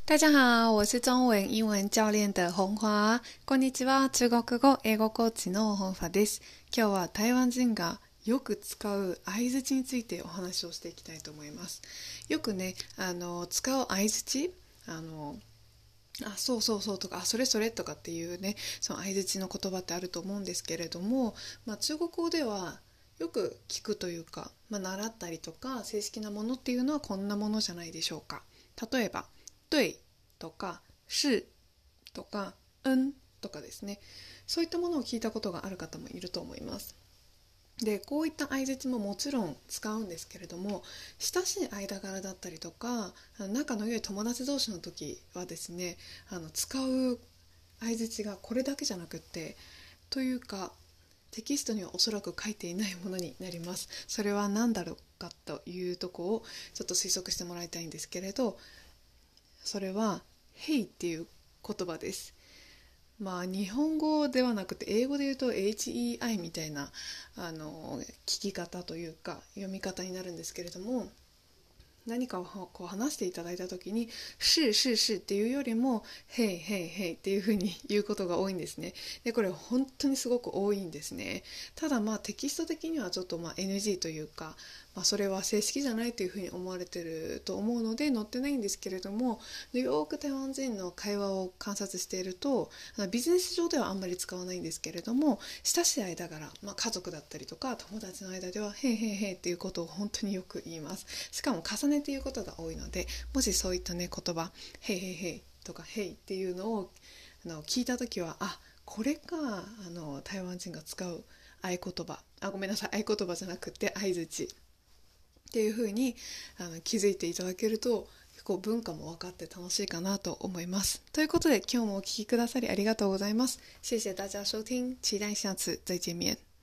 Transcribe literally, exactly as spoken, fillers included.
大家好，我是中文英文教練的本華。こんにちは、中国語、英語コーチの本華です。今日は台湾人がよく使う相槌についてお話をしていきたいと思います。よくね、あの使う相槌、あのあ、そうそうそうとか、あ、それそれとかっていうね、その相槌の言葉ってあると思うんですけれども、まあ、中国語ではよく聞くというか、まあ、習ったりとか正式なものっていうのはこんなものじゃないでしょうか。例えば对とか是とかうんとかですね、そういったものを聞いたことがある方もいると思います。でこういった相槌ももちろん使うんですけれども、親しい間柄だったりとか仲の良い友達同士の時はですね、あの使う相槌がこれだけじゃなくって、というかテキストにはおそらく書いていないものになります。それは何だろうかというところをちょっと推測してもらいたいんですけれど、それは Hey っていう言葉です。まあ日本語ではなくて英語で言うと ヘイみたいなあの聞き方というか読み方になるんですけれども、何かをこう話していただいた時に是是是っていうよりもへいへいへいっていう風に言うことが多いんですね。でこれ本当にすごく多いんですね。ただまあテキスト的にはちょっとまあ エヌジー というか、まあ、それは正式じゃないというふうに思われてると思うので載ってないんですけれども、よく台湾人の会話を観察していると、ビジネス上ではあんまり使わないんですけれども、親しい間柄、まあ、家族だったりとか友達の間ではへいへいへいっていうことを本当によく言います。しかも重ねて言うことが多いので、もしそういったね言葉へいへいへいとかへいっていうのをあの聞いた時は、あ、これか、あの台湾人が使う合言葉、あ、ごめんなさい、合言葉じゃなくて相槌っていう風にあに気づいていただけると、こう文化も分かって楽しいかなと思います。ということで今日もお聞きくださりありがとうございます。谢谢大家收听，期待下次再见面。